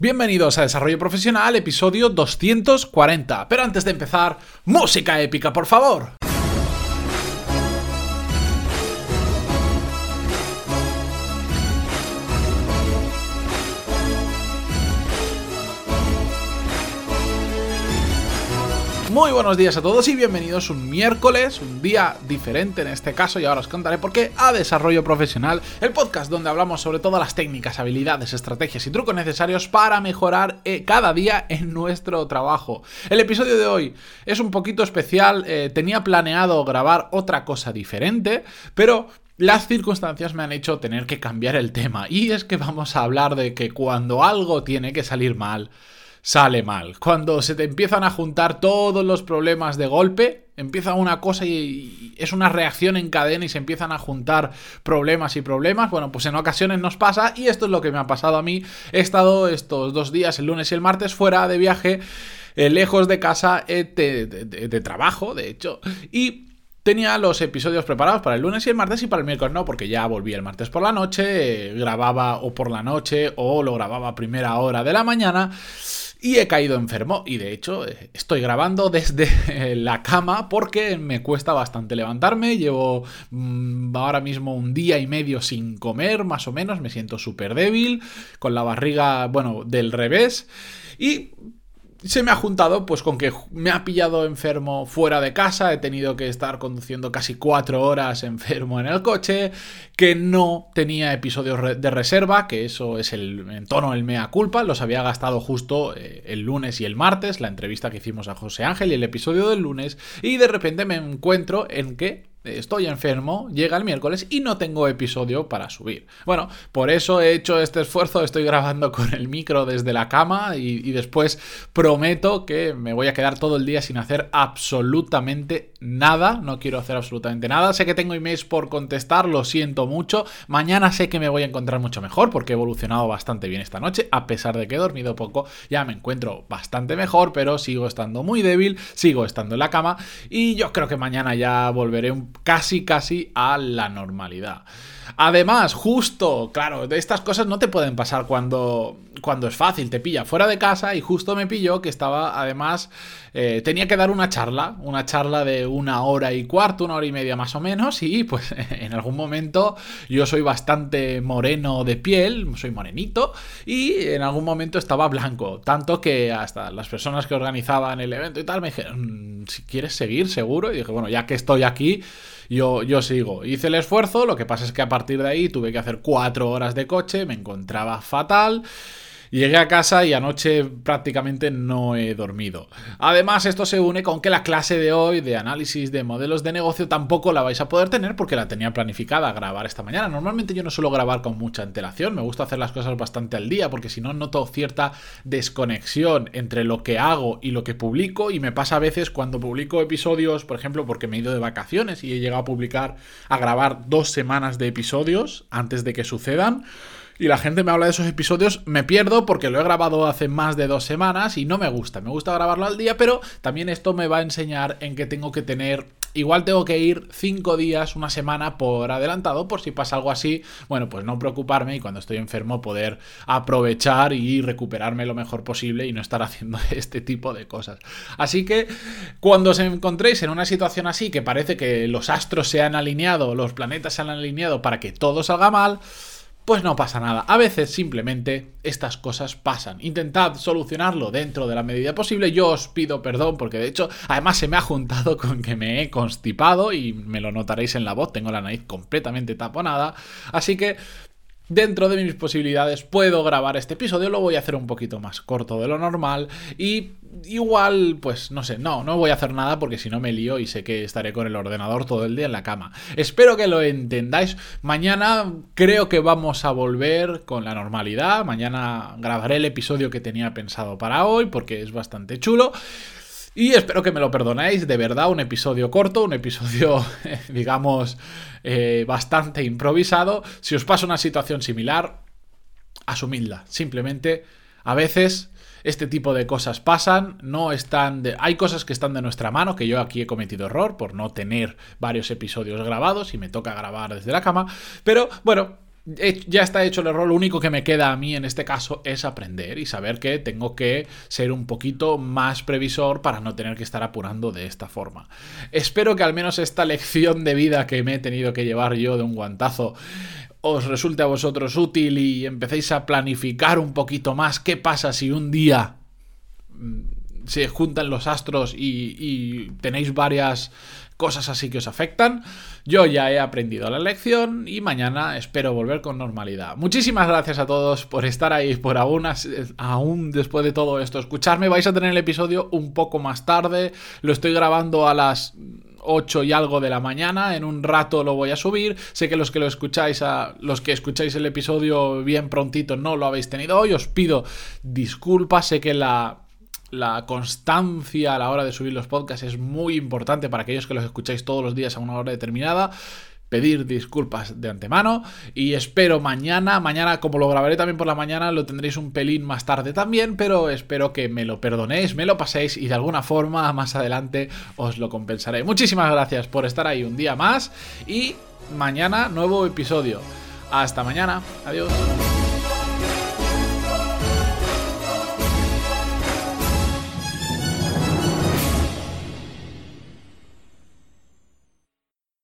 Bienvenidos a Desarrollo Profesional, episodio 240. Pero antes de empezar, música épica, por favor. Muy buenos días a todos y bienvenidos un miércoles, un día diferente en este caso, y ahora os contaré por qué a Desarrollo Profesional, el podcast donde hablamos sobre todas las técnicas, habilidades, estrategias y trucos necesarios para mejorar cada día en nuestro trabajo. El episodio de hoy es un poquito especial, tenía planeado grabar otra cosa diferente, pero las circunstancias me han hecho tener que cambiar el tema, y es que vamos a hablar de que cuando algo tiene que salir mal, sale mal. Cuando se te empiezan a juntar todos los problemas de golpe, empieza una cosa y es una reacción en cadena y se empiezan a juntar problemas y problemas. Bueno, pues en ocasiones nos pasa, y esto es lo que me ha pasado a mí. He estado estos 2 días, el lunes y el martes, fuera de viaje, lejos de casa, de trabajo, de hecho, y tenía los episodios preparados para el lunes y el martes, y para el miércoles no, porque ya volví el martes por la noche, grababa o por la noche o lo grababa a primera hora de la mañana. Y he caído enfermo, y de hecho estoy grabando desde la cama porque me cuesta bastante levantarme. Llevo ahora mismo 1 día y medio sin comer, más o menos. Me siento súper débil, con la barriga, bueno, del revés. Y se me ha juntado pues con que me ha pillado enfermo fuera de casa. He tenido que estar conduciendo casi 4 horas enfermo en el coche, que no tenía episodios de reserva, que eso es en tono el mea culpa. Los había gastado justo el lunes y el martes, la entrevista que hicimos a José Ángel y el episodio del lunes, y de repente me encuentro en que estoy enfermo, llega el miércoles y no tengo episodio para subir. Bueno, por eso he hecho este esfuerzo, estoy grabando con el micro desde la cama y después prometo que me voy a quedar todo el día sin hacer absolutamente nada. No quiero hacer absolutamente nada. Sé que tengo emails por contestar, lo siento mucho. Mañana sé que me voy a encontrar mucho mejor porque he evolucionado bastante bien esta noche, a pesar de que he dormido poco. Ya me encuentro bastante mejor, pero sigo estando muy débil, sigo estando en la cama, y yo creo que mañana ya volveré casi a la normalidad. Además, justo, claro, de estas cosas no te pueden pasar cuando es fácil, te pilla fuera de casa, y justo me pilló que estaba, además, tenía que dar una charla de 1 hora y cuarto, 1 hora y media más o menos, y pues en algún momento yo soy bastante moreno de piel, soy morenito, y en algún momento estaba blanco, tanto que hasta las personas que organizaban el evento y tal me dijeron, si quieres seguir, seguro, y dije, bueno, ya que estoy aquí, yo sigo. Hice el esfuerzo, lo que pasa es que a partir de ahí tuve que hacer 4 horas de coche, me encontraba fatal. Llegué a casa y anoche prácticamente no he dormido. Además, esto se une con que la clase de hoy de análisis de modelos de negocio tampoco la vais a poder tener porque la tenía planificada grabar esta mañana. Normalmente yo no suelo grabar con mucha antelación, me gusta hacer las cosas bastante al día porque si no noto cierta desconexión entre lo que hago y lo que publico, y me pasa a veces cuando publico episodios, por ejemplo, porque me he ido de vacaciones y he llegado a grabar 2 semanas de episodios antes de que sucedan. Y la gente me habla de esos episodios, me pierdo porque lo he grabado hace más de 2 semanas y no me gusta. Me gusta grabarlo al día, pero también esto me va a enseñar en que tengo que tener, igual tengo que ir 5 días, 1 semana por adelantado, por si pasa algo así, bueno, pues no preocuparme y cuando estoy enfermo poder aprovechar y recuperarme lo mejor posible y no estar haciendo este tipo de cosas. Así que cuando os encontréis en una situación así, que parece que los astros se han alineado, los planetas se han alineado para que todo salga mal, pues no pasa nada. A veces simplemente estas cosas pasan. Intentad solucionarlo dentro de la medida posible. Yo os pido perdón porque de hecho además se me ha juntado con que me he constipado y me lo notaréis en la voz. Tengo la nariz completamente taponada. Así que dentro de mis posibilidades puedo grabar este episodio, lo voy a hacer un poquito más corto de lo normal y igual, pues no sé, no voy a hacer nada porque si no me lío y sé que estaré con el ordenador todo el día en la cama. Espero que lo entendáis. Mañana creo que vamos a volver con la normalidad. Mañana grabaré el episodio que tenía pensado para hoy porque es bastante chulo. Y espero que me lo perdonéis, de verdad, un episodio corto, un episodio, digamos, bastante improvisado. Si os pasa una situación similar, asumidla. Simplemente, a veces este tipo de cosas pasan, hay cosas que están de nuestra mano, que yo aquí he cometido error por no tener varios episodios grabados y me toca grabar desde la cama, pero bueno, Ya está hecho el error, lo único que me queda a mí en este caso es aprender y saber que tengo que ser un poquito más previsor para no tener que estar apurando de esta forma. Espero que al menos esta lección de vida que me he tenido que llevar yo de un guantazo os resulte a vosotros útil y empecéis a planificar un poquito más qué pasa si un día se juntan los astros y tenéis varias cosas así que os afectan. Yo ya he aprendido la lección y mañana espero volver con normalidad. Muchísimas gracias a todos por estar ahí, por aún después de todo esto escucharme. Vais a tener el episodio un poco más tarde, lo estoy grabando a las 8 y algo de la mañana, en un rato lo voy a subir. Sé que los que escucháis el episodio bien prontito no lo habéis tenido hoy, os pido disculpas. Sé que la constancia a la hora de subir los podcasts es muy importante para aquellos que los escucháis todos los días a una hora determinada. Pedir disculpas de antemano y espero mañana, como lo grabaré también por la mañana, lo tendréis un pelín más tarde también, pero espero que me lo perdonéis, me lo paséis y de alguna forma más adelante os lo compensaré. Muchísimas gracias por estar ahí un día más y mañana nuevo episodio. Hasta mañana, adiós.